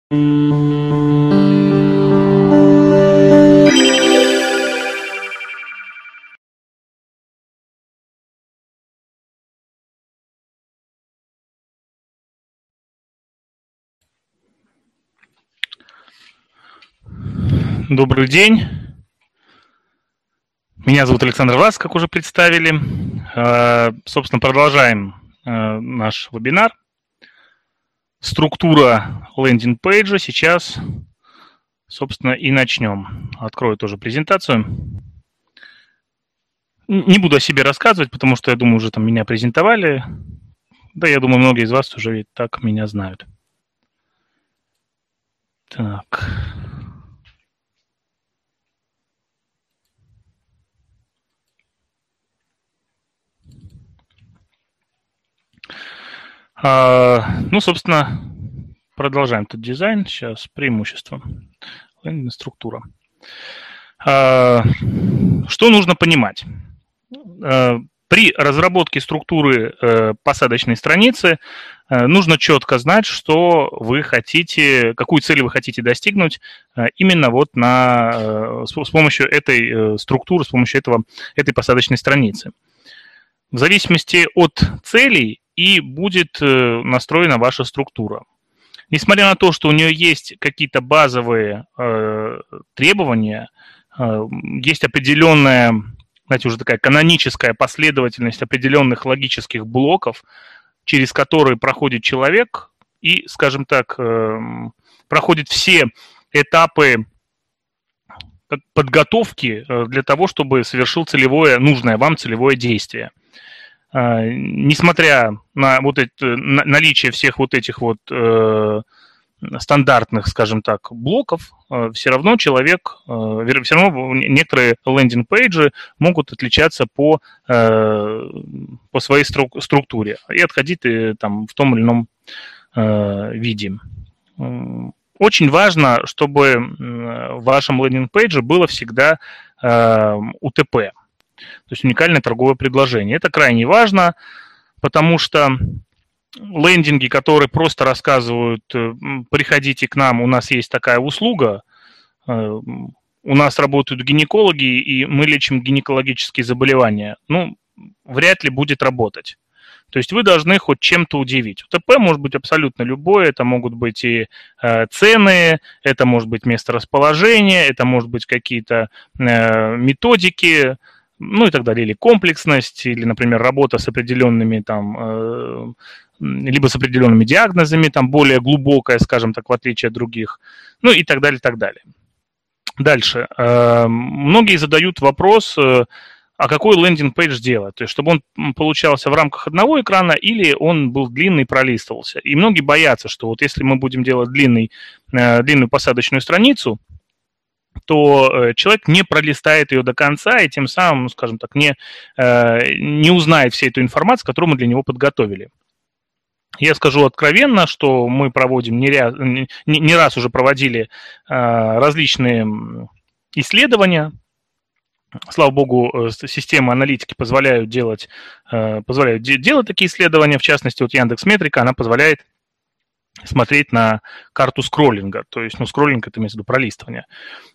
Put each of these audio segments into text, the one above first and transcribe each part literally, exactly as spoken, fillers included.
Добрый день. Меня зовут Александр Влас, как уже представили. Собственно, продолжаем наш вебинар. Структура лендинг-пейджа. Сейчас, собственно, и начнем. Открою тоже презентацию. Не буду о себе рассказывать, потому что, я думаю, уже там меня презентовали. Да, я думаю, многие из вас уже ведь так меня знают. Так. А, ну, собственно, продолжаем тут дизайн. Сейчас преимущество. Лендинг структура. А, что нужно понимать? А, при разработке структуры э, посадочной страницы э, нужно четко знать, что вы хотите, какую цель вы хотите достигнуть э, именно вот на, э, с, с помощью этой э, структуры, с помощью этого, этой посадочной страницы. В зависимости от целей и будет э, настроена ваша структура. Несмотря на то, что у нее есть какие-то базовые э, требования, э, есть определенная, знаете, уже такая каноническая последовательность определенных логических блоков, через которые проходит человек и, скажем так, э, проходит все этапы подготовки для того, чтобы совершил целевое, нужное вам целевое действие. Несмотря на вот это, на, наличие всех вот этих вот э, стандартных, скажем так, блоков, э, все равно человек, э, все равно некоторые лендинг-пейджи могут отличаться по, э, по своей стру структуре и отходить э, там, в том или ином э, виде. Очень важно, чтобы в вашем лендинг-пейдже было всегда э, ю ти пи. То есть уникальное торговое предложение. Это крайне важно, потому что лендинги, которые просто рассказывают, приходите к нам, у нас есть такая услуга, у нас работают гинекологи, и мы лечим гинекологические заболевания, ну, вряд ли будет работать. То есть вы должны хоть чем-то удивить. ю ти пи может быть абсолютно любое, это могут быть и э, цены, это может быть месторасположение, это может быть какие-то э, методики, ну и так далее, или комплексность, или, например, работа с определенными там, э, либо с определенными диагнозами, там более глубокая, скажем так, в отличие от других, ну и так далее, так далее. Дальше. Э, многие задают вопрос, э, а какой лендинг-пейдж делать? То есть, чтобы он получался в рамках одного экрана или он был длинный и пролистывался. И многие боятся, что вот если мы будем делать длинный, э, длинную посадочную страницу, то человек не пролистает ее до конца и тем самым, ну, скажем так, не, не узнает всей эту информацию, которую мы для него подготовили. Я скажу откровенно, что мы проводим, не раз, не раз уже проводили различные исследования. Слава богу, системы аналитики позволяют делать, позволяют делать такие исследования. В частности, вот Яндекс.Метрика, она позволяет смотреть на карту скроллинга, то есть, ну, скроллинг – это имеется в виду пролистывание.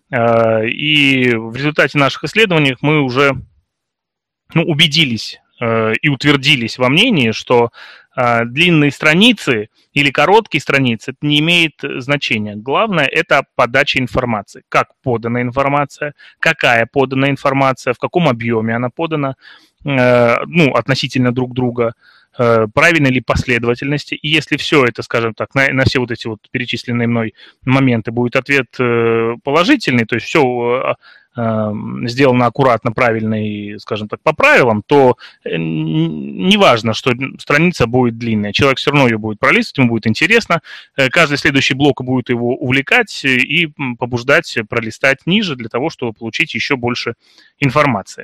И в результате наших исследований мы уже, ну, убедились и утвердились во мнении, что длинные страницы или короткие страницы – это не имеет значения. Главное – это подача информации. Как подана информация, какая подана информация, в каком объеме она подана, ну, относительно друг друга, правильной ли последовательности. И если все это, скажем так, на, на все вот эти вот перечисленные мной моменты будет ответ положительный, то есть все э, сделано аккуратно, правильно и, скажем так, по правилам, то не важно, что страница будет длинная. Человек все равно ее будет пролистывать, ему будет интересно. Каждый следующий блок будет его увлекать и побуждать пролистать ниже для того, чтобы получить еще больше информации.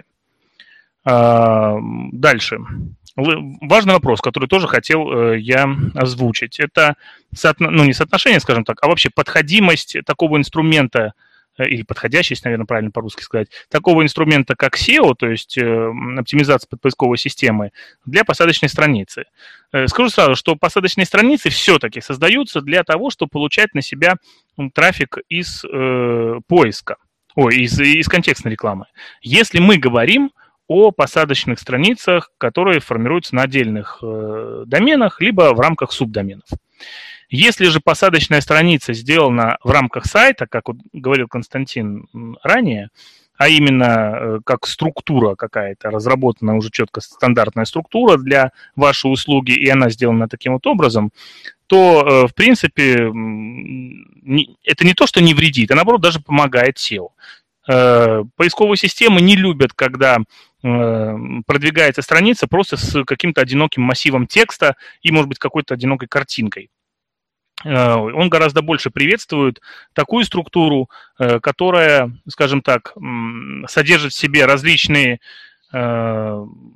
Дальше. Важный вопрос, который тоже хотел э, я озвучить, это соотно... ну, не соотношение, скажем так, а вообще подходимость такого инструмента или подходящесть, наверное, правильно по-русски сказать, такого инструмента, как сео, то есть оптимизация подпоисковой системы, для посадочной страницы. Скажу сразу, что посадочные страницы все-таки создаются для того, чтобы получать на себя трафик из э, поиска, ой, из, из контекстной рекламы. Если мы говорим о посадочных страницах, которые формируются на отдельных э, доменах, либо в рамках субдоменов. Если же посадочная страница сделана в рамках сайта, как вот говорил Константин ранее, а именно как структура какая-то, разработана уже четко стандартная структура для вашей услуги, и она сделана таким вот образом, то, в принципе, это не то, что не вредит, а наоборот даже помогает сео. Поисковые системы не любят, когда продвигается страница просто с каким-то одиноким массивом текста и, может быть, какой-то одинокой картинкой. Он гораздо больше приветствует такую структуру, которая, скажем так, содержит в себе различные, скажем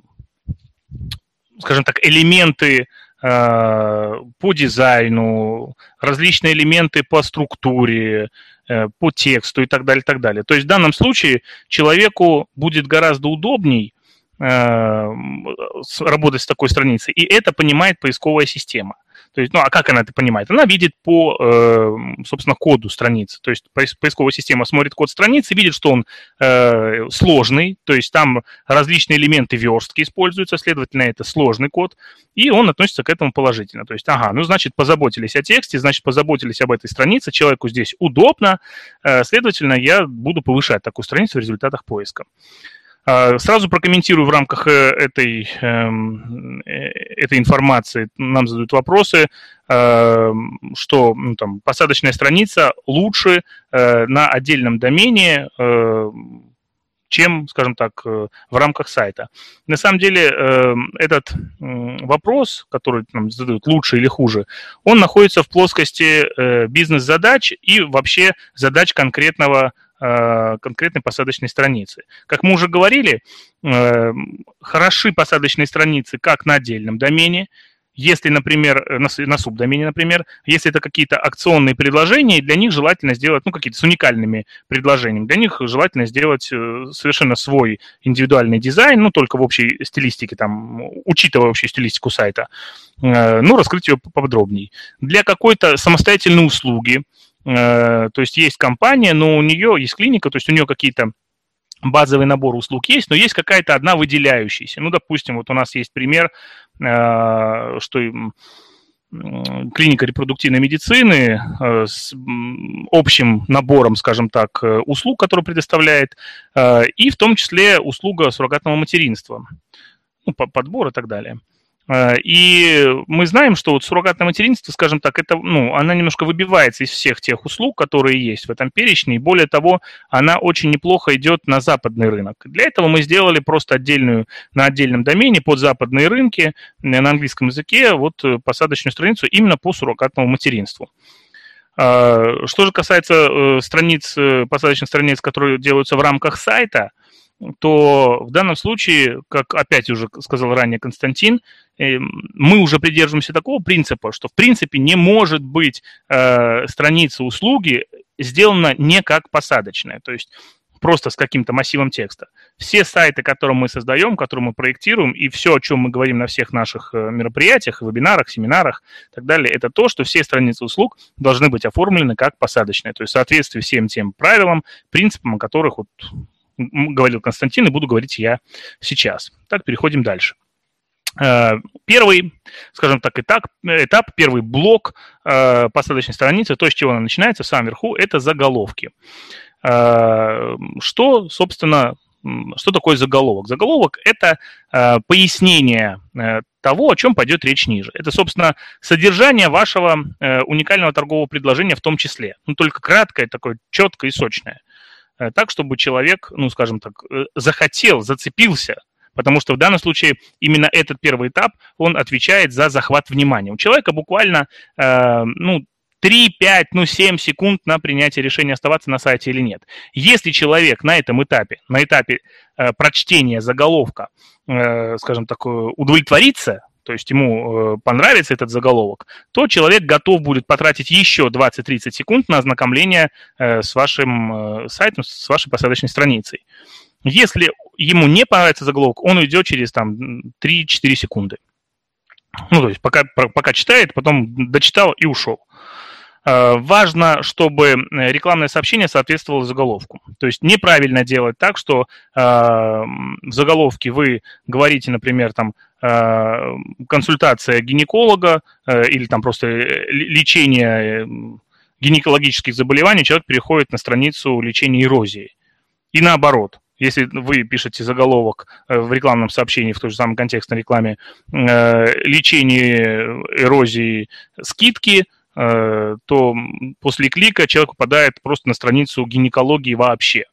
так, элементы по дизайну, различные элементы по структуре, по тексту и так далее, и так далее. То есть в данном случае человеку будет гораздо удобней работать с такой страницей, и это понимает поисковая система. То есть, ну, а как она это понимает? Она видит по, э, собственно, коду страницы. То есть поисковая система смотрит код страницы, видит, что он э, сложный, то есть там различные элементы верстки используются, следовательно, это сложный код, и он относится к этому положительно. То есть, ага, ну, значит, позаботились о тексте, значит, позаботились об этой странице, человеку здесь удобно, э, следовательно, я буду повышать такую страницу в результатах поиска. Сразу прокомментирую в рамках этой, этой информации. Нам задают вопросы, что ну, там, посадочная страница лучше на отдельном домене, чем, скажем так, в рамках сайта. На самом деле этот вопрос, который нам задают, лучше или хуже, он находится в плоскости бизнес-задач и вообще задач конкретного конкретной посадочной страницы. Как мы уже говорили, хороши посадочные страницы как на отдельном домене, если, например, на, на субдомене, например, если это какие-то акционные предложения, для них желательно сделать, ну, какие-то с уникальными предложениями, для них желательно сделать совершенно свой индивидуальный дизайн, ну, только в общей стилистике, там, учитывая общую стилистику сайта, ну, раскрыть ее поподробнее. Для какой-то самостоятельной услуги, то есть есть компания, но у нее есть клиника, то есть у нее какие-то базовый набор услуг есть, но есть какая-то одна выделяющаяся. Ну, допустим, вот у нас есть пример, что клиника репродуктивной медицины с общим набором, скажем так, услуг, которые предоставляет, и в том числе услуга суррогатного материнства, ну, подбор и так далее. И мы знаем, что вот суррогатное материнство, скажем так, это, ну, она немножко выбивается из всех тех услуг, которые есть в этом перечне, и более того, она очень неплохо идет на западный рынок. Для этого мы сделали просто отдельную, на отдельном домене под западные рынки на английском языке вот посадочную страницу именно по суррогатному материнству. Что же касается страниц, посадочных страниц, которые делаются в рамках сайта, то в данном случае, как опять уже сказал ранее Константин, мы уже придерживаемся такого принципа, что в принципе не может быть э, страница услуги сделана не как посадочная, то есть просто с каким-то массивом текста. Все сайты, которые мы создаем, которые мы проектируем, и все, о чем мы говорим на всех наших мероприятиях, вебинарах, семинарах и так далее, это то, что все страницы услуг должны быть оформлены как посадочные, то есть в соответствии всем тем правилам, принципам, о которых вот говорил Константин, и буду говорить я сейчас. Так, переходим дальше. Первый, скажем так, этап, этап первый блок посадочной страницы, то, с чего она начинается в самом верху, это заголовки. Что, собственно, что такое заголовок? Заголовок – это пояснение того, о чем пойдет речь ниже. Это, собственно, содержание вашего уникального торгового предложения в том числе. Ну, только краткое, такое четкое и сочное. Так, чтобы человек, ну, скажем так, захотел, зацепился, потому что в данном случае именно этот первый этап, он отвечает за захват внимания. У человека буквально, э, ну, три, пять, ну, семь секунд на принятие решения, оставаться на сайте или нет. Если человек на этом этапе, на этапе э, прочтения заголовка, э, скажем так, удовлетворится, то есть ему понравится этот заголовок, то человек готов будет потратить еще двадцать-тридцать секунд на ознакомление с вашим сайтом, с вашей посадочной страницей. Если ему не понравится заголовок, он уйдет через там, три-четыре секунды. Ну, то есть пока, пока читает, потом дочитал и ушел. Важно, чтобы рекламное сообщение соответствовало заголовку. То есть неправильно делать так, что э, в заголовке вы говорите, например, там, э, консультация гинеколога э, или там просто лечение гинекологических заболеваний, человек переходит на страницу лечения эрозии. И наоборот. Если вы пишете заголовок в рекламном сообщении, в той же самой контекстной рекламе, э, лечение эрозии скидки, то после клика человек попадает просто на страницу гинекологии вообще.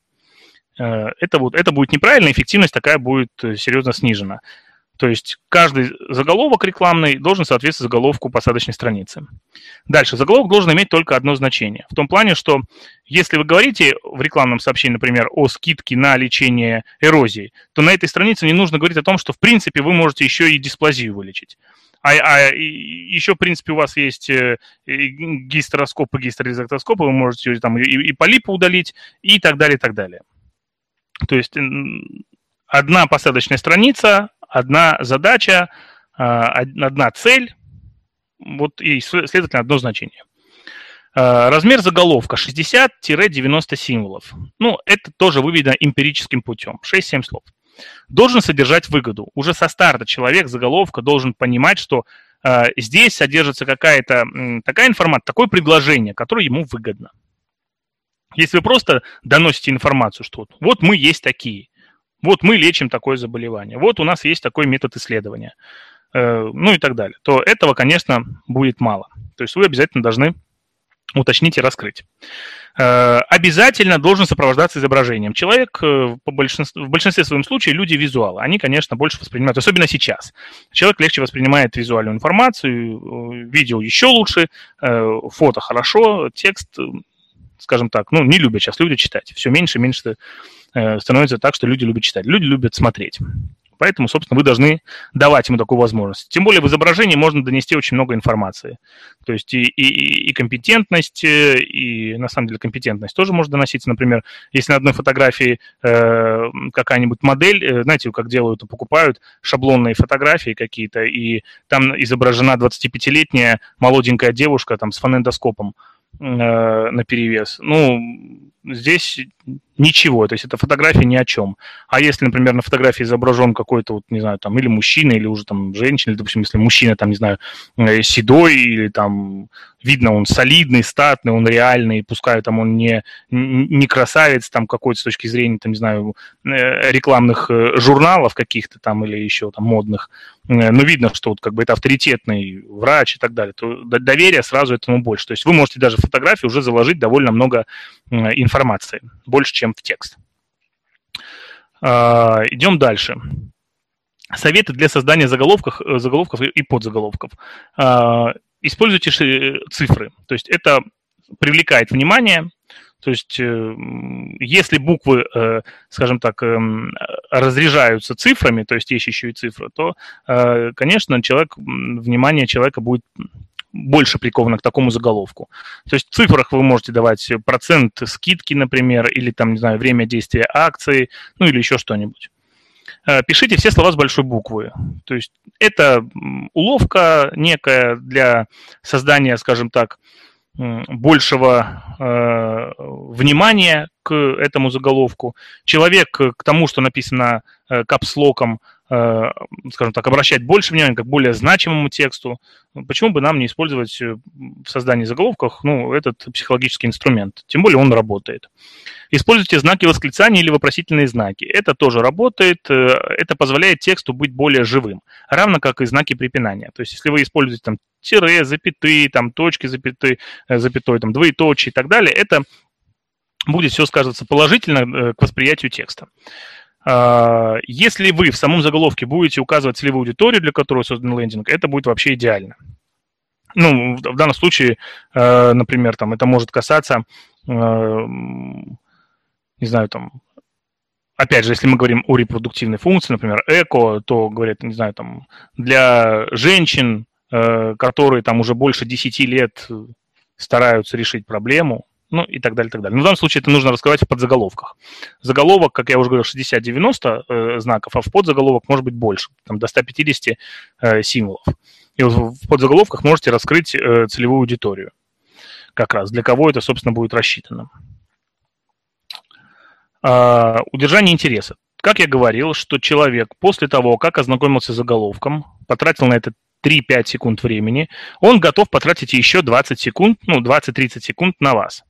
Это, вот, это будет неправильно, эффективность такая будет серьезно снижена. То есть каждый заголовок рекламный должен соответствовать заголовку посадочной страницы. Дальше. Заголовок должен иметь только одно значение. В том плане, что если вы говорите в рекламном сообщении, например, о скидке на лечение эрозии, то на этой странице не нужно говорить о том, что в принципе вы можете еще и дисплазию вылечить. А, а еще, в принципе, у вас есть гистероскоп и гистерорезектоскоп, вы можете там и, и полипы удалить, и так далее, и так далее. То есть одна посадочная страница, одна задача, одна цель, вот и, следовательно, одно значение. Размер заголовка шестьдесят-девяносто символов. Ну, это тоже выведено эмпирическим путем, шесть-семь слов. Должен содержать выгоду. Уже со старта человек заголовка должен понимать, что э, здесь содержится какая-то э, такая информация, такое предложение, которое ему выгодно. Если вы просто доносите информацию, что вот, вот мы есть такие, вот мы лечим такое заболевание, вот у нас есть такой метод исследования, э, ну и так далее, то этого, конечно, будет мало. То есть вы обязательно должны уточнить и раскрыть. Обязательно должен сопровождаться изображением. Человек, по большинству, в большинстве своем случаев, люди визуалы. Они, конечно, больше воспринимают, особенно сейчас. Человек легче воспринимает визуальную информацию, видео еще лучше, фото хорошо, текст, скажем так, ну, не любят сейчас люди читать. Все меньше и меньше становится так, что люди любят читать. Люди любят смотреть. Поэтому, собственно, вы должны давать ему такую возможность. Тем более в изображении можно донести очень много информации. То есть и, и, и компетентность, и на самом деле компетентность тоже может доноситься. Например, если на одной фотографии э, какая-нибудь модель, э, знаете, как делают, покупают шаблонные фотографии какие-то, и там изображена двадцатипятилетняя молоденькая девушка там, с фонендоскопом э, наперевес. Ну, здесь ничего, то есть эта фотография ни о чем. А если, например, на фотографии изображен какой-то, вот, не знаю, там, или мужчина, или уже там женщина, или, допустим, если мужчина, там, не знаю, седой, или там, видно, он солидный, статный, он реальный, пускай там он не, не красавец, там, какой-то с точки зрения, там, не знаю, рекламных журналов каких-то там, или еще там модных, но видно, что вот как бы это авторитетный врач и так далее, то доверие сразу этому больше. То есть вы можете даже в фотографии уже заложить довольно много информации, больше, чем в текст. Идем дальше. Советы для создания заголовков, заголовков и подзаголовков. Используйте цифры. То есть это привлекает внимание. То есть если буквы, скажем так, разряжаются цифрами, то есть есть еще и цифры, то, конечно, человек, внимание человека будет больше приковано к такому заголовку. То есть в цифрах вы можете давать процент скидки, например, или там, не знаю, время действия акции, ну или еще что-нибудь. Пишите все слова с большой буквы. То есть это уловка некая для создания, скажем так, большего э, внимания к этому заголовку. Человек к тому, что написано э, капслоком, э, скажем так, обращает больше внимания к более значимому тексту. Почему бы нам не использовать в создании заголовков, ну, этот психологический инструмент? Тем более он работает. Используйте знаки восклицания или вопросительные знаки. Это тоже работает. Это позволяет тексту быть более живым. Равно как и знаки препинания. То есть если вы используете там тире, запятые, там, точки, запятые, запятой, там, двоеточие и так далее, это будет все сказываться положительно к восприятию текста. Если вы в самом заголовке будете указывать целевую аудиторию, для которой создан лендинг, это будет вообще идеально. Ну, в данном случае, например, там, это может касаться, не знаю, там, опять же, если мы говорим о репродуктивной функции, например, эко, то говорят, не знаю, там, для женщин, которые там уже больше десяти лет стараются решить проблему, ну и так далее, так далее. Но в данном случае это нужно раскрывать в подзаголовках. Заголовок, как я уже говорил, шестьдесят-девяносто э, знаков, а в подзаголовок может быть больше, там до ста пятидесяти э, символов. И вот в подзаголовках можете раскрыть э, целевую аудиторию. Как раз для кого это, собственно, будет рассчитано. Э, удержание интереса. Как я говорил, что человек после того, как ознакомился с заголовком, потратил на это три-пять секунд времени, он готов потратить еще двадцать секунд, ну, двадцать-тридцать секунд на вас.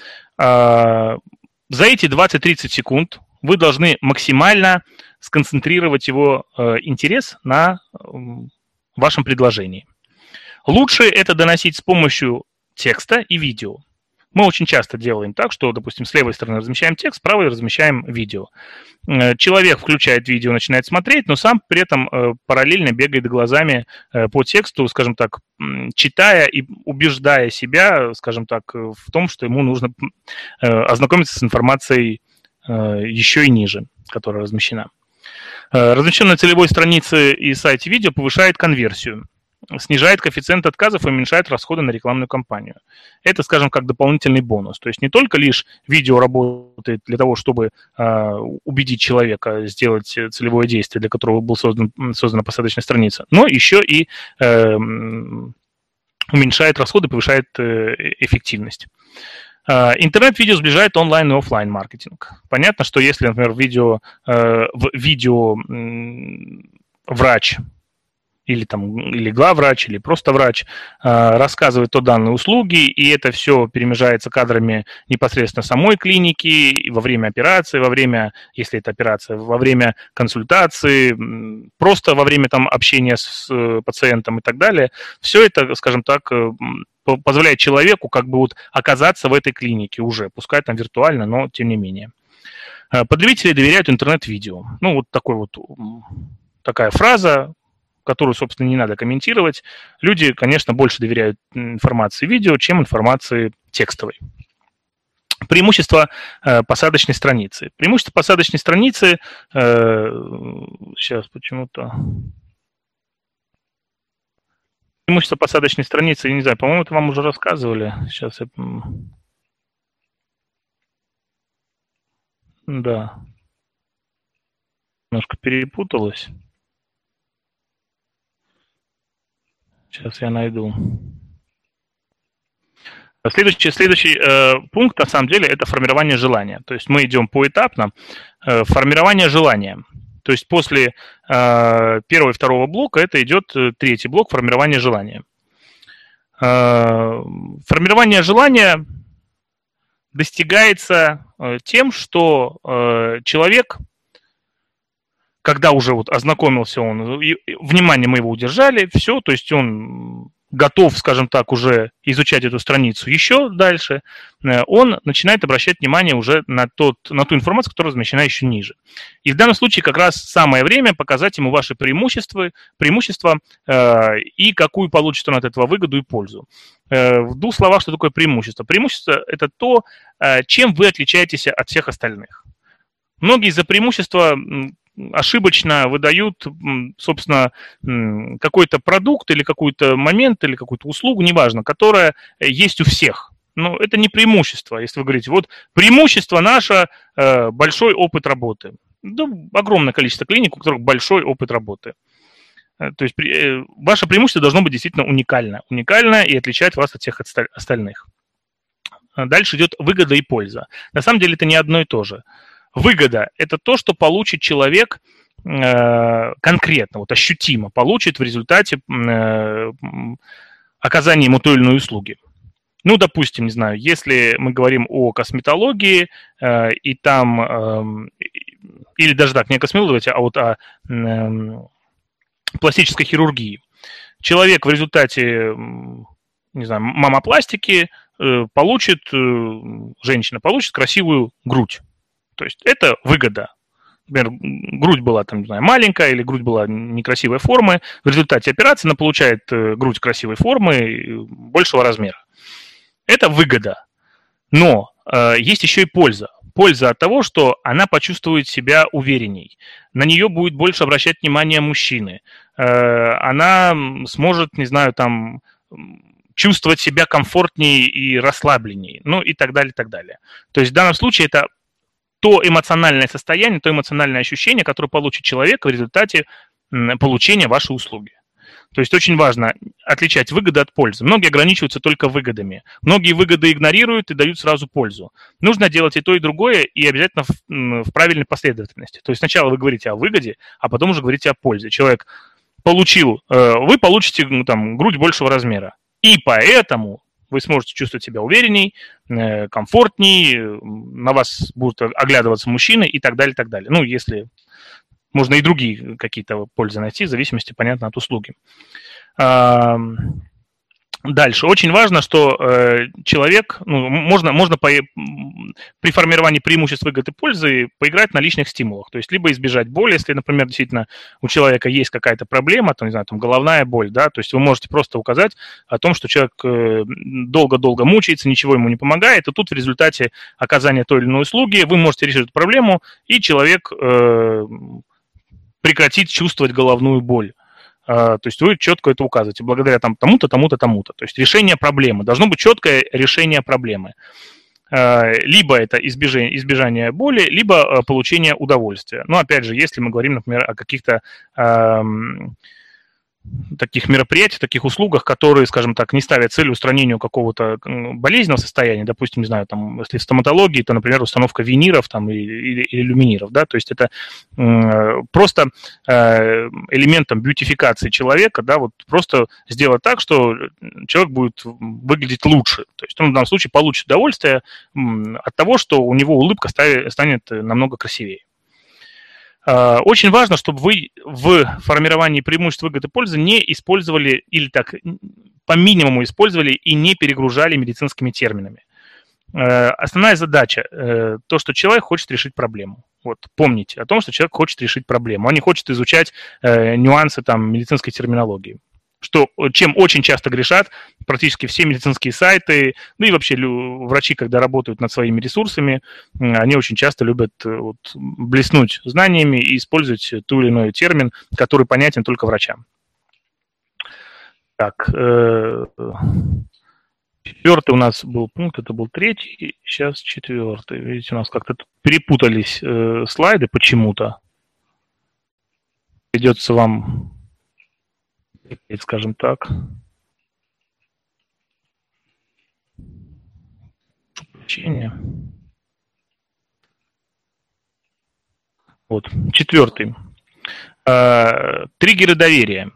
За эти двадцать-тридцать секунд вы должны максимально сконцентрировать его интерес на вашем предложении. Лучше это доносить с помощью текста и видео. Мы очень часто делаем так, что, допустим, с левой стороны размещаем текст, с правой размещаем видео. Человек включает видео, начинает смотреть, но сам при этом параллельно бегает глазами по тексту, скажем так, читая и убеждая себя, скажем так, в том, что ему нужно ознакомиться с информацией еще и ниже, которая размещена. Размещенные на целевой странице и сайте видео повышает конверсию, снижает коэффициент отказов и уменьшает расходы на рекламную кампанию. Это, скажем, как дополнительный бонус. То есть не только лишь видео работает для того, чтобы э, убедить человека сделать целевое действие, для которого был создан, создана посадочная страница, но еще и э, уменьшает расходы, повышает э, эффективность. Интернет-видео сближает онлайн и офлайн маркетинг. Понятно, что если, например, видео, э, в видео э, врач или там или главврач, или просто врач, э, рассказывает о данной услуге, и это все перемежается кадрами непосредственно самой клиники, во время операции, во время, если это операция, во время консультации, просто во время там общения с э, пациентом и так далее, все это, скажем так, э, позволяет человеку как бы вот оказаться в этой клинике уже, пускай там виртуально, но тем не менее. Потребители доверяют интернет-видео. Ну, вот такой вот, такая фраза, которую, собственно, не надо комментировать. Люди, конечно, больше доверяют информации видео, чем информации текстовой. Преимущество э, посадочной страницы. Преимущество посадочной страницы, э, сейчас почему-то... Преимущество посадочной страницы, я не знаю, по-моему, это вам уже рассказывали. Сейчас я... Да. Немножко перепуталось. Сейчас я найду. Следующий, следующий э, пункт, на самом деле, это формирование желания. То есть мы идем поэтапно. Э, формирование желания. То есть после э, первого и второго блока это идет третий блок формирования желания. Э, формирование желания достигается э, тем, что э, человек, когда уже вот ознакомился он, и, и, внимание мы его удержали, все, то есть он готов, скажем так, уже изучать эту страницу еще дальше, он начинает обращать внимание уже на, тот, на ту информацию, которая размещена еще ниже. И в данном случае как раз самое время показать ему ваши преимущества, преимущества э, и какую получит он от этого выгоду и пользу. Э, в двух словах, что такое преимущество? Преимущество – это то, э, чем вы отличаетесь от всех остальных. Многие за преимущество ошибочно выдают, собственно, какой-то продукт или какой-то момент, или какую-то услугу, неважно, которая есть у всех. Но это не преимущество, если вы говорите, вот преимущество наше – большой опыт работы. Да, огромное количество клиник, у которых большой опыт работы. То есть ваше преимущество должно быть действительно уникально. Уникально и отличать вас от всех остальных. Дальше идет выгода и польза. На самом деле это не одно и то же. Выгода – это то, что получит человек э, конкретно, вот ощутимо получит в результате э, оказания ему той или иной услуги. Ну, допустим, не знаю, если мы говорим о косметологии, э, и там, э, или даже так, не о косметологии, а вот о э, пластической хирургии. Человек в результате, не знаю, мамопластики э, получит, э, женщина получит красивую грудь. То есть это выгода. Например, грудь была там, не знаю, маленькая или грудь была некрасивой формы. В результате операции она получает грудь красивой формы большего размера. Это выгода. Но э, есть еще и польза. Польза от того, что она почувствует себя уверенней. На нее будет больше обращать внимание мужчины. Она сможет, не знаю, там, чувствовать себя комфортнее и расслабленнее, ну и так далее, и так далее. То есть в данном случае это то эмоциональное состояние, то эмоциональное ощущение, которое получит человек в результате получения вашей услуги. То есть очень важно отличать выгоды от пользы. Многие ограничиваются только выгодами. Многие выгоды игнорируют и дают сразу пользу. Нужно делать и то, и другое, и обязательно в, в правильной последовательности. То есть сначала вы говорите о выгоде, а потом уже говорите о пользе. Человек получил, вы получите, ну, там, грудь большего размера. И поэтому вы сможете чувствовать себя уверенней, комфортней, на вас будут оглядываться мужчины и так далее, и так далее. Ну, если... Можно и другие какие-то пользы найти, в зависимости, понятно, от услуги. Дальше. Очень важно, что э, человек, ну, можно, можно по, при формировании преимуществ, выгод и пользы поиграть на личных стимулах. То есть либо избежать боли, если, например, действительно у человека есть какая-то проблема, там, не знаю, там, головная боль, да, то есть вы можете просто указать о том, что человек э, долго-долго мучается, ничего ему не помогает, и тут в результате оказания той или иной услуги вы можете решить эту проблему, и человек э, прекратит чувствовать головную боль. То есть вы четко это указываете, благодаря там, тому-то, тому-то, тому-то. То есть решение проблемы. Должно быть четкое решение проблемы. Либо это избежание, избежание боли, либо получение удовольствия. Но опять же, если мы говорим, например, о каких-то эм, таких мероприятиях, таких услугах, которые, скажем так, не ставят цель устранению какого-то болезненного состояния, допустим, не знаю, там, если в стоматологии, то, например, установка виниров там, или, или, или люминиров, да, то есть это э, просто э, элементом бьютификации человека, да, вот просто сделать так, что человек будет выглядеть лучше, то есть он в данном случае получит удовольствие от того, что у него улыбка станет намного красивее. Очень важно, чтобы вы в формировании преимуществ, выгод и пользы не использовали или так по минимуму использовали и не перегружали медицинскими терминами. Основная задача – то, что человек хочет решить проблему. Вот, помните о том, что человек хочет решить проблему, он не хочет изучать нюансы там, медицинской терминологии. Что, чем очень часто грешат практически все медицинские сайты, ну и вообще врачи, когда работают над своими ресурсами, они очень часто любят вот, блеснуть знаниями и использовать ту или иной термин, который понятен только врачам. Так, четвертый у нас был пункт, это был третий, сейчас четвертый. Видите, у нас как-то перепутались слайды почему-то. Придется вам... скажем так. Вот, четвертый. Триггеры доверия.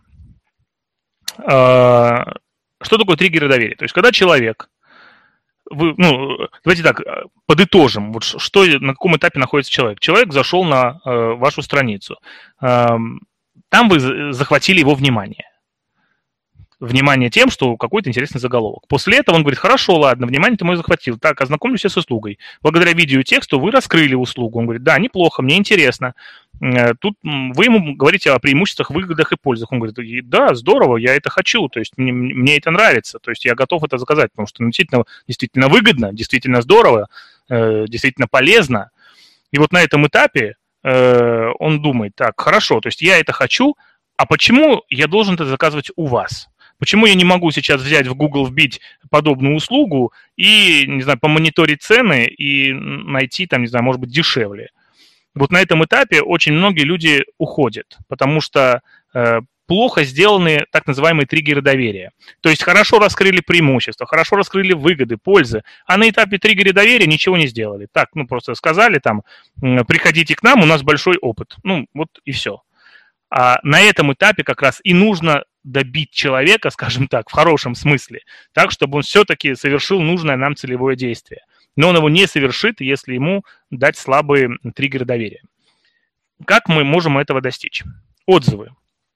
Что такое триггеры доверия? То есть, когда человек, вы, ну, давайте так, подытожим, вот что, на каком этапе находится человек. Человек зашел на вашу страницу. Там вы захватили его внимание. Внимание тем, что какой-то интересный заголовок. После этого он говорит, хорошо, ладно, внимание ты мое захватил. Так, ознакомлюсь с услугой. Благодаря видео и тексту вы раскрыли услугу. Он говорит, да, неплохо, мне интересно. Тут вы ему говорите о преимуществах, выгодах и пользах. Он говорит, да, здорово, я это хочу, то есть мне, мне это нравится, то есть я готов это заказать, потому что действительно, действительно выгодно, действительно здорово, действительно полезно. И вот на этом этапе он думает, так, хорошо, то есть я это хочу, а почему я должен это заказывать у вас? Почему я не могу сейчас взять в Google, вбить подобную услугу и, не знаю, помониторить цены и найти, там, не знаю, может быть, дешевле? Вот на этом этапе очень многие люди уходят, потому что э, плохо сделаны так называемые триггеры доверия. То есть хорошо раскрыли преимущества, хорошо раскрыли выгоды, пользы, а на этапе триггера доверия ничего не сделали. Так, ну, просто сказали там, приходите к нам, у нас большой опыт. Ну, вот и все. А на этом этапе как раз и нужно добить человека, скажем так, в хорошем смысле, так, чтобы он все-таки совершил нужное нам целевое действие. Но он его не совершит, если ему дать слабые триггеры доверия. Как мы можем этого достичь? Отзывы.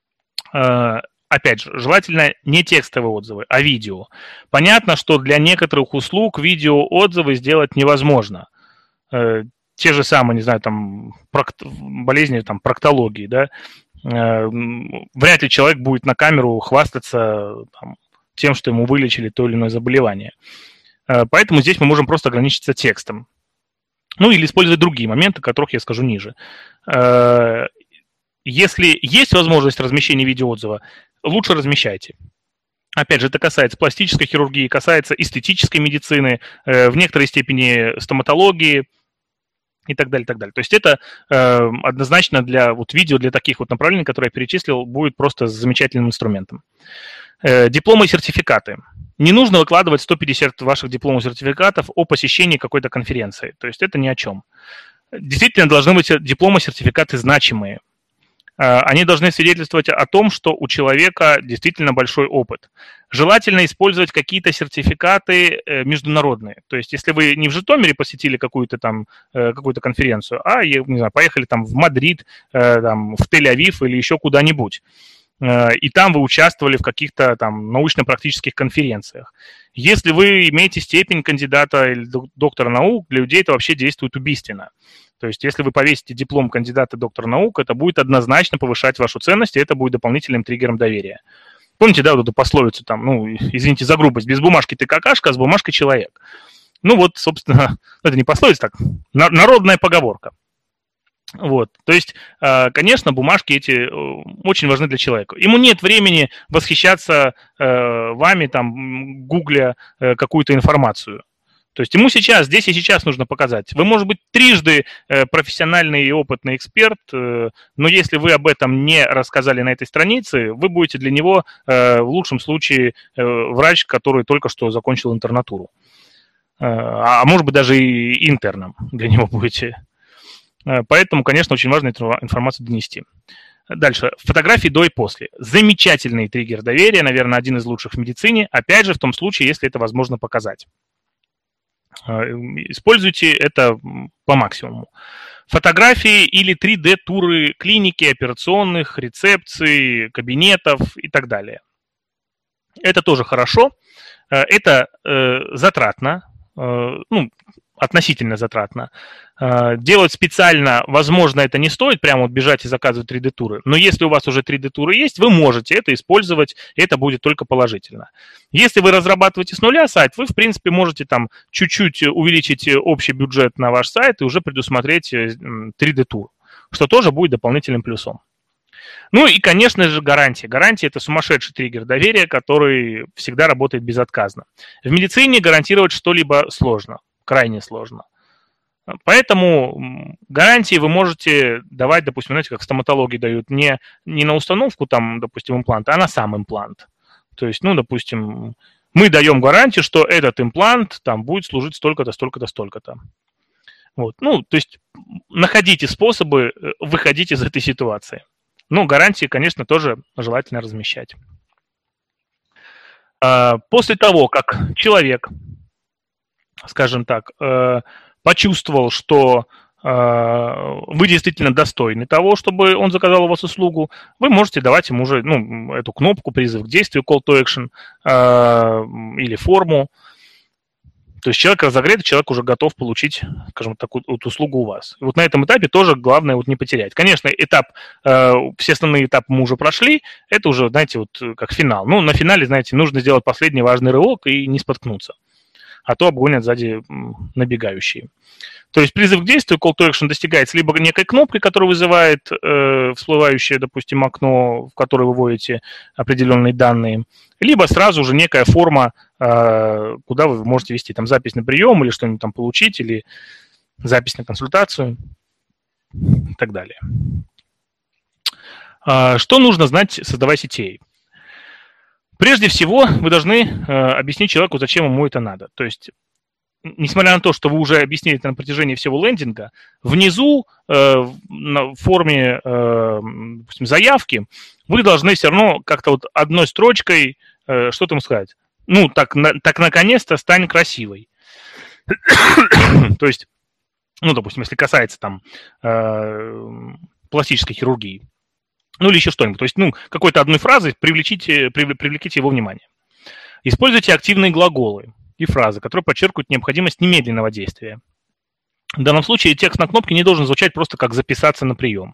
Опять же, желательно не текстовые отзывы, а видео. Понятно, что для некоторых услуг видеоотзывы сделать невозможно. Те же самые, не знаю, там, прокт... болезни там, проктологии, да, вряд ли человек будет на камеру хвастаться там, тем, что ему вылечили то или иное заболевание. Поэтому здесь мы можем просто ограничиться текстом. Ну, или использовать другие моменты, о которых я скажу ниже. Если есть возможность размещения видеоотзыва, лучше размещайте. Опять же, это касается пластической хирургии, касается эстетической медицины, в некоторой степени стоматологии и так далее, и так далее. То есть это э, однозначно для вот видео, для таких вот направлений, которые я перечислил, будет просто замечательным инструментом. Э, дипломы и сертификаты. Не нужно выкладывать сто пятьдесят ваших дипломов и сертификатов о посещении какой-то конференции. То есть это ни о чем. Действительно должны быть дипломы и сертификаты значимые. Они должны свидетельствовать о том, что у человека действительно большой опыт. Желательно использовать какие-то сертификаты международные. То есть, если вы не в Житомире посетили какую-то там какую-то конференцию, а не знаю, поехали там в Мадрид, там, в Тель-Авив или еще куда-нибудь, и там вы участвовали в каких-то там научно-практических конференциях. Если вы имеете степень кандидата или доктора наук, для людей это вообще действует убийственно. То есть, если вы повесите диплом кандидата доктора наук, это будет однозначно повышать вашу ценность, и это будет дополнительным триггером доверия. Помните, да, вот эту пословицу там, ну, извините за грубость, без бумажки ты какашка, а с бумажкой человек. Ну вот, собственно, это не пословица, так, народная поговорка. Вот, то есть, конечно, бумажки эти очень важны для человека. Ему нет времени восхищаться вами, там, гугля какую-то информацию. То есть ему сейчас, здесь и сейчас нужно показать. Вы, может быть, трижды профессиональный и опытный эксперт, но если вы об этом не рассказали на этой странице, вы будете для него, в лучшем случае, врач, который только что закончил интернатуру. А может быть, даже и интерном для него будете. Поэтому, конечно, очень важно эту информацию донести. Дальше. Фотографии до и после. Замечательный триггер доверия, наверное, один из лучших в медицине. Опять же, в том случае, если это возможно показать. Используйте это по максимуму. Фотографии или три дэ-туры клиники, операционных, рецепций, кабинетов и так далее. Это тоже хорошо. Это э, затратно, э, ну, относительно затратно. Делать специально, возможно, это не стоит, прямо вот бежать и заказывать три дэ-туры, но если у вас уже три дэ-туры есть, вы можете это использовать, и это будет только положительно. Если вы разрабатываете с нуля сайт, вы, в принципе, можете там чуть-чуть увеличить общий бюджет на ваш сайт и уже предусмотреть три дэ-тур, что тоже будет дополнительным плюсом. Ну и, конечно же, гарантия. Гарантия – это сумасшедший триггер доверия, который всегда работает безотказно. В медицине гарантировать что-либо сложно, крайне сложно. Поэтому гарантии вы можете давать, допустим, знаете, как в стоматологии дают, не, не на установку, там, допустим, импланта, а на сам имплант. То есть, ну, допустим, мы даем гарантию, что этот имплант там будет служить столько-то, столько-то, столько-то. Вот. Ну, то есть находите способы выходить из этой ситуации. Ну, гарантии, конечно, тоже желательно размещать. После того, как человек, скажем так, почувствовал, что э, вы действительно достойны того, чтобы он заказал у вас услугу, вы можете давать ему уже ну, эту кнопку призыв к действию, call to action, э, или форму. То есть человек разогрет, человек уже готов получить, скажем так, вот услугу у вас. И вот на этом этапе тоже главное вот не потерять. Конечно, этап, э, все основные этапы мы уже прошли, это уже, знаете, вот как финал. Ну, на финале, знаете, нужно сделать последний важный рывок и не споткнуться. А то обгонят сзади набегающие. То есть призыв к действию, call to action, достигается либо некой кнопкой, которая вызывает э, всплывающее, допустим, окно, в которое вы вводите определенные данные, либо сразу же некая форма, э, куда вы можете ввести там запись на прием или что-нибудь там получить, или запись на консультацию и так далее. Э, что нужно знать, создавая си ти эй? Прежде всего, вы должны э, объяснить человеку, зачем ему это надо. То есть, несмотря на то, что вы уже объяснили это на протяжении всего лендинга, внизу э, на форме э, допустим, заявки вы должны все равно как-то вот одной строчкой э, что-то ему сказать. Ну, так, на, так наконец-то стань красивой. То есть, ну, допустим, если касается там э, пластической хирургии, ну или еще что-нибудь. То есть, ну, какой-то одной фразой привлеките, привлеките его внимание. Используйте активные глаголы и фразы, которые подчеркивают необходимость немедленного действия. В данном случае текст на кнопке не должен звучать просто как «записаться на прием».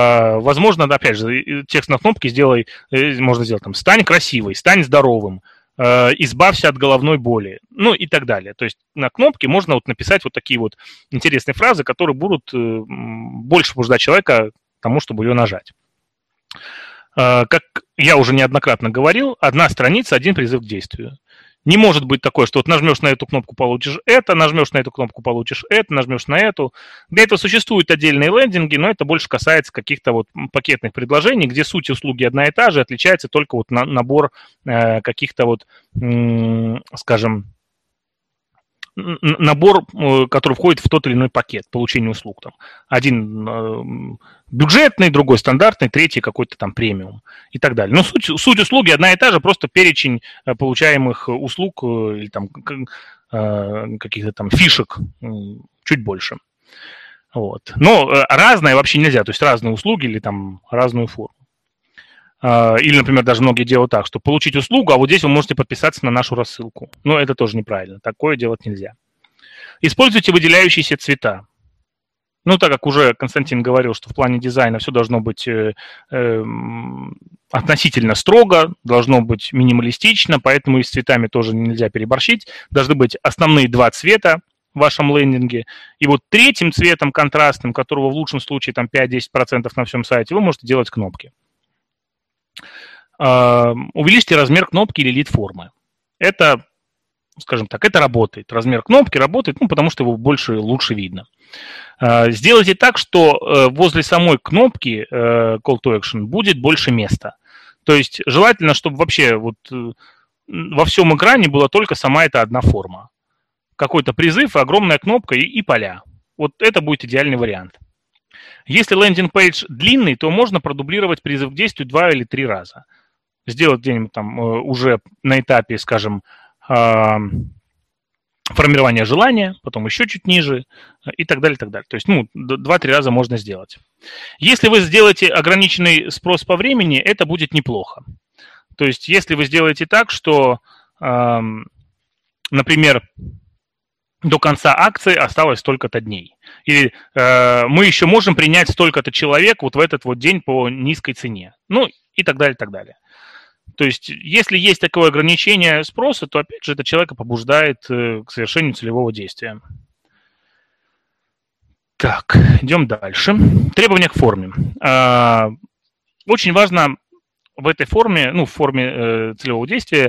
Возможно, опять же, текст на кнопке сделай, можно сделать там «стань красивой», «стань здоровым», избавься от головной боли, ну и так далее. То есть на кнопке можно вот написать вот такие вот интересные фразы, которые будут больше побуждать человека к тому, чтобы ее нажать. Как я уже неоднократно говорил, одна страница, один призыв к действию. Не может быть такое, что вот нажмешь на эту кнопку, получишь это, нажмешь на эту кнопку, получишь это, нажмешь на эту. Для этого существуют отдельные лендинги, но это больше касается каких-то вот пакетных предложений, где суть услуги одна и та же, отличается только вот на, набор э, каких-то вот, э, скажем, набор, который входит в тот или иной пакет получения услуг. Там. Один э, бюджетный, другой стандартный, третий какой-то там премиум и так далее. Но суть, суть услуги одна и та же, просто перечень получаемых услуг или там э, каких-то там фишек э, чуть больше. Вот. Но разное вообще нельзя, то есть разные услуги или там разную форму. Э, или, например, даже многие делают так, что получить услугу, а вот здесь вы можете подписаться на нашу рассылку. Но это тоже неправильно, такое делать нельзя. Используйте выделяющиеся цвета. Ну, так как уже Константин говорил, что в плане дизайна все должно быть э, э, относительно строго, должно быть минималистично, поэтому и с цветами тоже нельзя переборщить. Должны быть основные два цвета в вашем лендинге. И вот третьим цветом контрастным, которого в лучшем случае там пять-десять процентов на всем сайте, вы можете делать кнопки. Э, увеличьте размер кнопки или лид-формы. Это, скажем так, это работает. Размер кнопки работает, ну, потому что его больше, лучше видно. Сделайте так, что возле самой кнопки Call to Action будет больше места. То есть желательно, чтобы вообще вот во всем экране была только сама эта одна форма. Какой-то призыв, огромная кнопка и, и поля. Вот это будет идеальный вариант. Если лендинг-пейдж длинный, то можно продублировать призыв к действию два или три раза. Сделать где-нибудь там уже на этапе, скажем, формирование желания, потом еще чуть ниже и так далее, и так далее. То есть, ну, два-три раза можно сделать. Если вы сделаете ограниченный спрос по времени, это будет неплохо. То есть, если вы сделаете так, что, э, например, до конца акции осталось столько-то дней, или э, мы еще можем принять столько-то человек вот в этот вот день по низкой цене, ну, и так далее, и так далее. То есть, если есть такое ограничение спроса, то, опять же, это человека побуждает к совершению целевого действия. Так, идем дальше. Требования к форме. Очень важно в этой форме, ну, в форме целевого действия,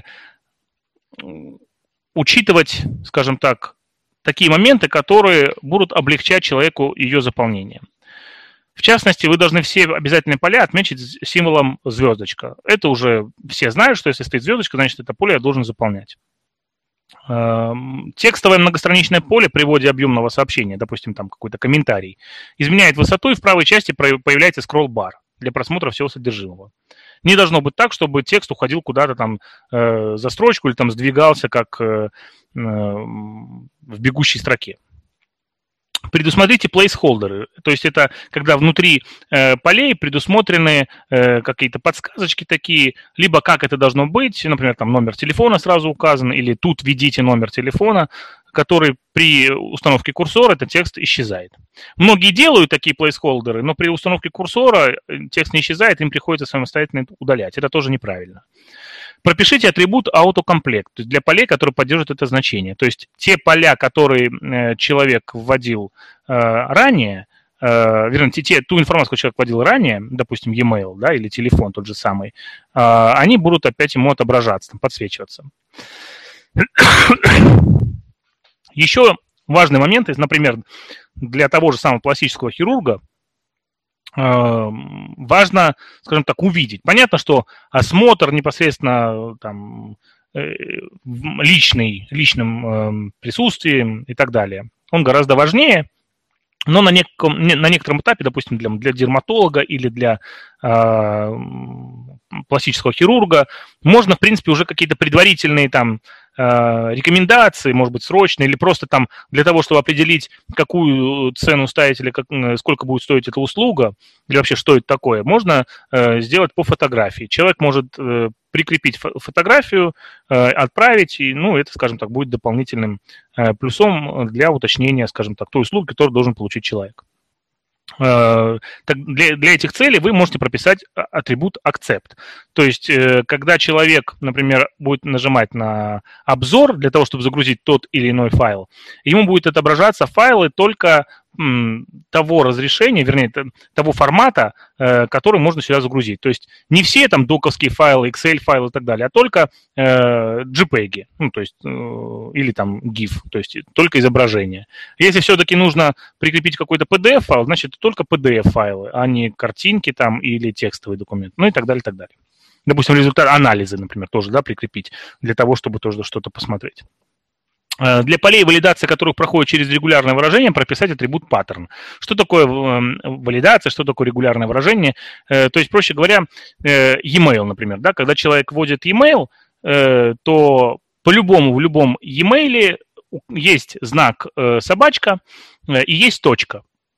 учитывать, скажем так, такие моменты, которые будут облегчать человеку ее заполнение. В частности, вы должны все обязательные поля отметить символом звездочка. Это уже все знают, что если стоит звездочка, значит, это поле я должен заполнять. Текстовое многостраничное поле при вводе объемного сообщения, допустим, там какой-то комментарий, изменяет высоту, и в правой части появляется скролл-бар для просмотра всего содержимого. Не должно быть так, чтобы текст уходил куда-то там э, за строчку или там сдвигался, как э, э, в бегущей строке. Предусмотрите плейсхолдеры, то есть это когда внутри э, полей предусмотрены э, какие-то подсказочки такие, либо как это должно быть, например, там номер телефона сразу указан, или тут введите номер телефона, который при установке курсора этот текст исчезает. Многие делают такие плейсхолдеры, но при установке курсора текст не исчезает, им приходится самостоятельно удалять. Это тоже неправильно. Пропишите атрибут autocomplect, то есть для полей, которые поддерживают это значение. То есть те поля, которые э, человек вводил э, ранее, э, вернее, те, ту информацию, которую человек вводил ранее, допустим, e-mail, да, или телефон тот же самый, э, они будут опять ему отображаться, там, подсвечиваться. Еще важный момент, например, для того же самого пластического хирурга, важно, скажем так, увидеть. Понятно, что осмотр непосредственно там, личный, личным присутствием и так далее, он гораздо важнее, но на, неком, на некотором этапе, допустим, для, для дерматолога или для э, пластического хирурга, можно, в принципе, уже какие-то предварительные там рекомендации, может быть, срочные, или просто там для того, чтобы определить, какую цену ставить или как, сколько будет стоить эта услуга, или вообще что это такое, можно э, сделать по фотографии. Человек может э, прикрепить фо- фотографию, э, отправить, и, ну, это, скажем так, будет дополнительным э, плюсом для уточнения, скажем так, той услуги, которую должен получить человек. Для, для этих целей вы можете прописать атрибут accept. То есть, когда человек, например, будет нажимать на обзор для того, чтобы загрузить тот или иной файл, ему будет отображаться файлы только того разрешения, вернее, того формата, который можно сюда загрузить. То есть не все там доковские файлы, Excel-файлы и так далее, а только JPEG, ну, то есть, или там GIF, то есть только изображение. Если все-таки нужно прикрепить какой-то пи ди эф-файл, значит, только пи ди эф-файлы, а не картинки там или текстовый документ, ну и так далее, и так далее. Допустим, результат анализа, например, тоже, да, прикрепить для того, чтобы тоже что-то посмотреть. Для полей валидации, которых проходит через регулярное выражение, прописать атрибут pattern. Что такое валидация, что такое регулярное выражение? То есть, проще говоря, e-mail, например, да, когда человек вводит e-mail, то по-любому в любом e-mail есть знак собачка и есть точка.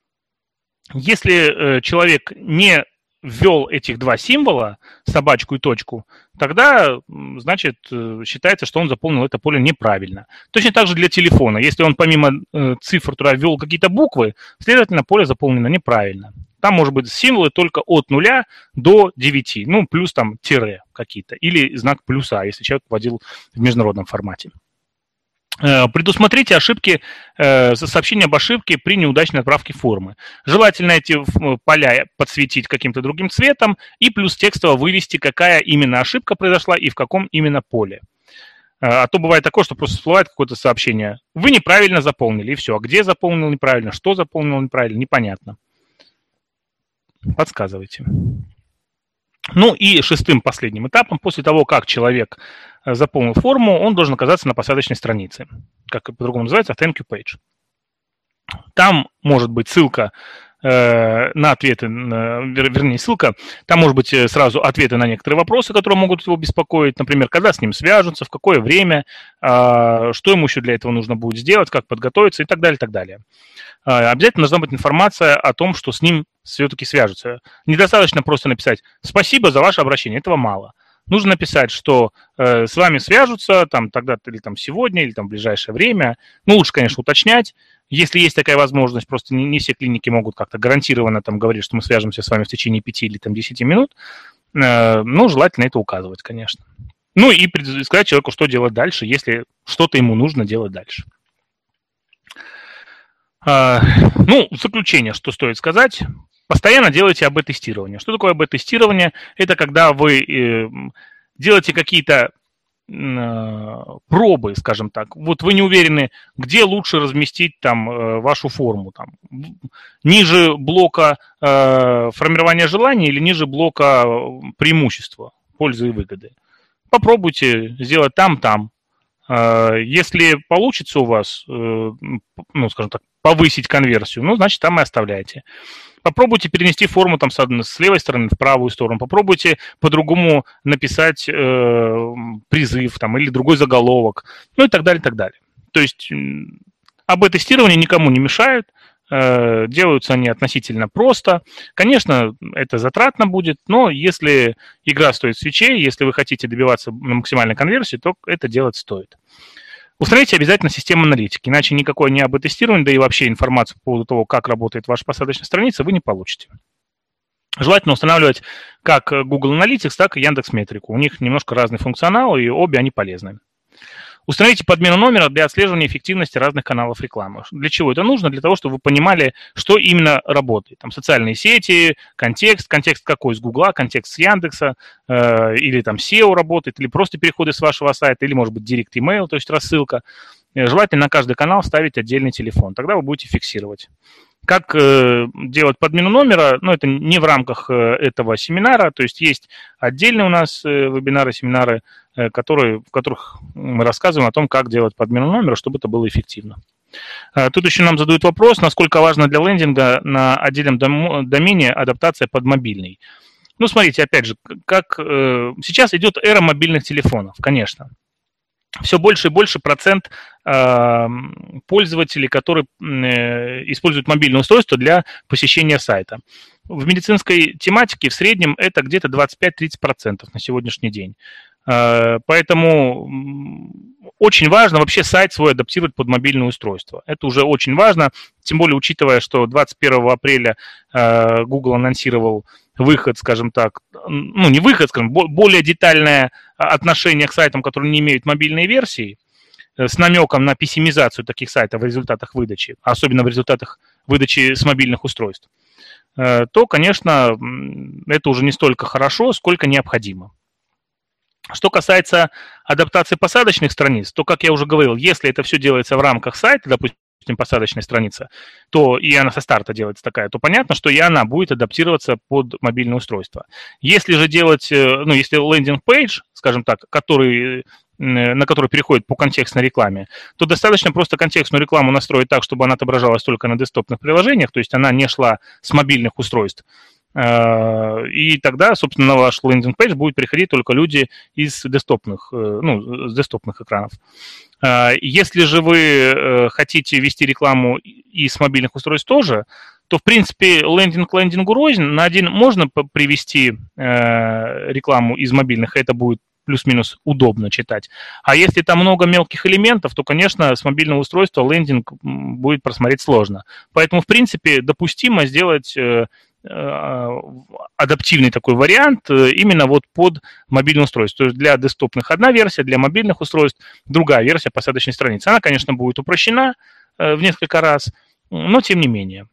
Если человек не ввел этих два символа, собачку и точку, тогда, значит, считается, что он заполнил это поле неправильно. Точно так же для телефона. Если он помимо цифр туда ввел какие-то буквы, следовательно, поле заполнено неправильно. Там может быть символы только от нуля до девяти, ну, плюс там тире какие-то, или знак плюса, если человек вводил в международном формате. Предусмотрите ошибки, сообщения об ошибке при неудачной отправке формы. Желательно эти поля подсветить каким-то другим цветом и плюс текстово вывести, какая именно ошибка произошла и в каком именно поле. А то бывает такое, что просто всплывает какое-то сообщение. Вы неправильно заполнили, и все. А где заполнил неправильно, что заполнил неправильно, непонятно. Подсказывайте. Ну и шестым, последним этапом, после того, как человек заполнил форму, он должен оказаться на посадочной странице, как по-другому называется, thank you page. Там может быть ссылка э, на ответы, на, вернее, ссылка, там может быть сразу ответы на некоторые вопросы, которые могут его беспокоить, например, когда с ним свяжутся, в какое время, э, что ему еще для этого нужно будет сделать, как подготовиться и так далее, и так далее. Э, обязательно должна быть информация о том, что с ним все-таки свяжутся. Недостаточно просто написать «спасибо за ваше обращение», этого мало. Нужно написать, что э, с вами свяжутся там тогда-то или там сегодня, или там в ближайшее время. Ну, лучше, конечно, уточнять. Если есть такая возможность, просто не, не все клиники могут как-то гарантированно там говорить, что мы свяжемся с вами в течение пяти или там десяти минут. Э, ну, желательно это указывать, конечно. Ну, и сказать человеку, что делать дальше, если что-то ему нужно делать дальше. Э, ну, в заключение, что стоит сказать. Постоянно делайте эй би тестирование. Что такое эй би тестирование? Это когда вы э, делаете какие-то э, пробы, скажем так. Вот вы не уверены, где лучше разместить там э, вашу форму. Там, ниже блока э, формирования желаний или ниже блока преимущества, пользы и выгоды. Попробуйте сделать там-там. Э, если получится у вас, э, ну, скажем так, повысить конверсию, ну, значит, там и оставляйте. Попробуйте перенести форму там, с левой стороны в правую сторону. Попробуйте по-другому написать э, призыв там, или другой заголовок. Ну и так далее, и так далее. То есть эй би тестирование никому не мешают. Э, делаются они относительно просто. Конечно, это затратно будет, но если игра стоит свечей, если вы хотите добиваться максимальной конверсии, то это делать стоит. Установите обязательно систему аналитики, иначе никакое не эй би тестирование, да и вообще информацию по поводу того, как работает ваша посадочная страница, вы не получите. Желательно устанавливать как Google Analytics, так и Яндекс.Метрику. У них немножко разный функционал, и обе они полезны. Установите подмену номера для отслеживания эффективности разных каналов рекламы. Для чего это нужно? Для того, чтобы вы понимали, что именно работает. Там социальные сети, контекст, контекст какой с Гугла, контекст с Яндекса, э, или там сео работает, или просто переходы с вашего сайта, или, может быть, директ email, то есть рассылка. Желательно на каждый канал ставить отдельный телефон. Тогда вы будете фиксировать. Как э, делать подмену номера, ну, это не в рамках э, этого семинара, то есть есть отдельные у нас э, вебинары, семинары, э, которые, в которых мы рассказываем о том, как делать подмену номера, чтобы это было эффективно. Э, тут еще нам задают вопрос, насколько важно для лендинга на отдельном дом, домене адаптация под мобильный. Ну, смотрите, опять же, как э, сейчас идет эра мобильных телефонов, конечно. Все больше и больше процент э, пользователей, которые э, используют мобильное устройство для посещения сайта. В медицинской тематике в среднем это где-то двадцать пять - тридцать процентов на сегодняшний день. Поэтому очень важно вообще сайт свой адаптировать под мобильное устройство. Это уже очень важно, тем более учитывая, что двадцать первого апреля Google анонсировал выход, скажем так, ну не выход, скажем, более детальное отношение к сайтам, которые не имеют мобильной версии, с намеком на пессимизацию таких сайтов в результатах выдачи, особенно в результатах выдачи с мобильных устройств, то, конечно, это уже не столько хорошо, сколько необходимо. Что касается адаптации посадочных страниц, то, как я уже говорил, если это все делается в рамках сайта, допустим, посадочной страницы, то и она со старта делается такая, то понятно, что и она будет адаптироваться под мобильное устройство. Если же делать, ну, если лендинг-пейдж, скажем так, который, на который переходит по контекстной рекламе, то достаточно просто контекстную рекламу настроить так, чтобы она отображалась только на десктопных приложениях, то есть она не шла с мобильных устройств. И тогда, собственно, на ваш лендинг-пейдж будут приходить только люди из десктопных, ну, с десктопных экранов. Если же вы хотите вести рекламу и с мобильных устройств тоже, то, в принципе, лендинг лендингу рознь. На один можно привести рекламу из мобильных, и это будет плюс-минус удобно читать. А если там много мелких элементов, то, конечно, с мобильного устройства лендинг будет просмотреть сложно. Поэтому, в принципе, допустимо сделать адаптивный такой вариант именно вот под мобильное устройство. То есть для десктопных одна версия, для мобильных устройств другая версия посадочной страницы. Она, конечно, будет упрощена в несколько раз, но тем не менее.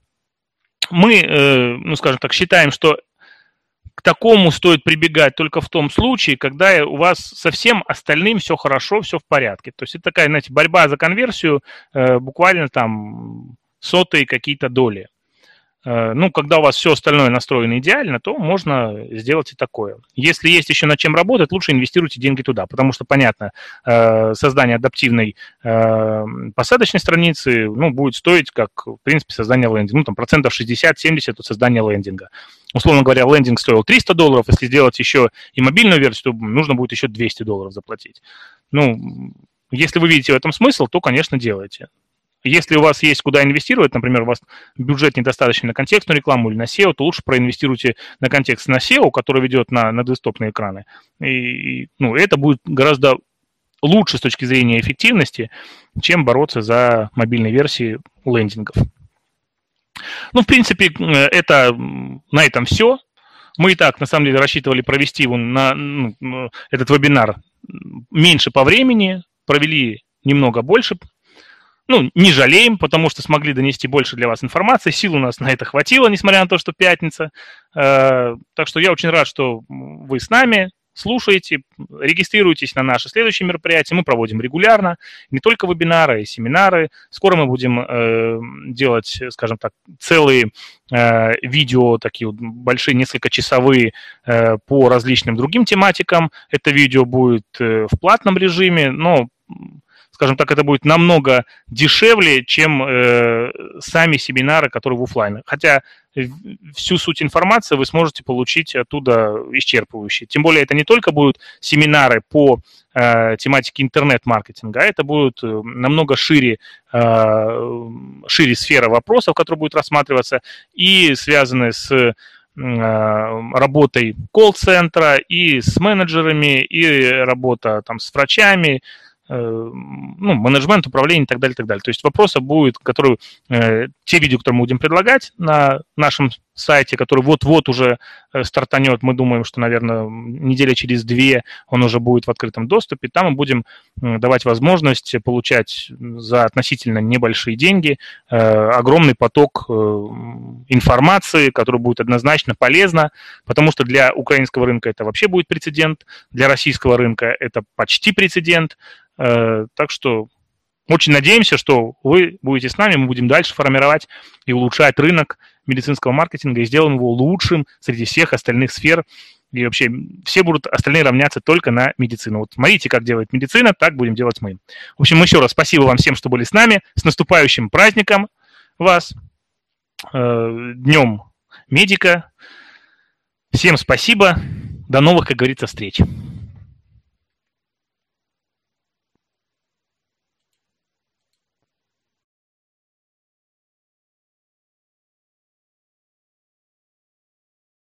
Мы, ну, скажем так, считаем, что к такому стоит прибегать только в том случае, когда у вас со всем остальным все хорошо, все в порядке. То есть это такая, знаете, борьба за конверсию буквально там сотые какие-то доли. Ну, когда у вас все остальное настроено идеально, то можно сделать и такое. Если есть еще над чем работать, лучше инвестируйте деньги туда, потому что, понятно, создание адаптивной посадочной страницы, ну, будет стоить, как, в принципе, создание лендинга. Ну, там, процентов шестьдесят-семьдесят от создания лендинга. Условно говоря, лендинг стоил триста долларов, если сделать еще и мобильную версию, то нужно будет еще двести долларов заплатить. Ну, если вы видите в этом смысл, то, конечно, делайте. Если у вас есть куда инвестировать, например, у вас бюджет недостаточный на контекстную рекламу или на сео, то лучше проинвестируйте на контекст на сео, который ведет на, на десктопные экраны. И, ну, это будет гораздо лучше с точки зрения эффективности, чем бороться за мобильные версии лендингов. Ну, в принципе, это, на этом все. Мы и так, на самом деле, рассчитывали провести вон на, ну, этот вебинар меньше по времени, провели немного больше. Ну, не жалеем, потому что смогли донести больше для вас информации. Сил у нас на это хватило, несмотря на то, что пятница. Так что я очень рад, что вы с нами, слушаете, регистрируйтесь на наши следующие мероприятия. Мы проводим регулярно не только вебинары, и семинары. Скоро мы будем делать, скажем так, целые видео, такие вот большие, несколькочасовые по различным другим тематикам. Это видео будет в платном режиме, но, скажем так, это будет намного дешевле, чем э, сами семинары, которые в офлайн. Хотя всю суть информации вы сможете получить оттуда исчерпывающие. Тем более это не только будут семинары по э, тематике интернет-маркетинга, а это будут намного шире, э, шире сфера вопросов, которые будут рассматриваться, и связаны с работой колл-центра, и с менеджерами, и работа там с врачами, ну, менеджмент, управление и так далее, и так далее. То есть вопросы будут, которые, э, те видео, которые мы будем предлагать на нашем сайте, который вот-вот уже стартанет, мы думаем, что, наверное, неделя через две он уже будет в открытом доступе, там мы будем давать возможность получать за относительно небольшие деньги э, огромный поток э, информации, который будет однозначно полезна, потому что для украинского рынка это вообще будет прецедент, для российского рынка это почти прецедент. Так что очень надеемся, что вы будете с нами, мы будем дальше формировать и улучшать рынок медицинского маркетинга и сделаем его лучшим среди всех остальных сфер. И вообще все будут остальные равняться только на медицину. Вот смотрите, как делает медицина, так будем делать мы. В общем, еще раз спасибо вам всем, что были с нами. С наступающим праздником вас, Днем медика. Всем спасибо. До новых, как говорится, встреч.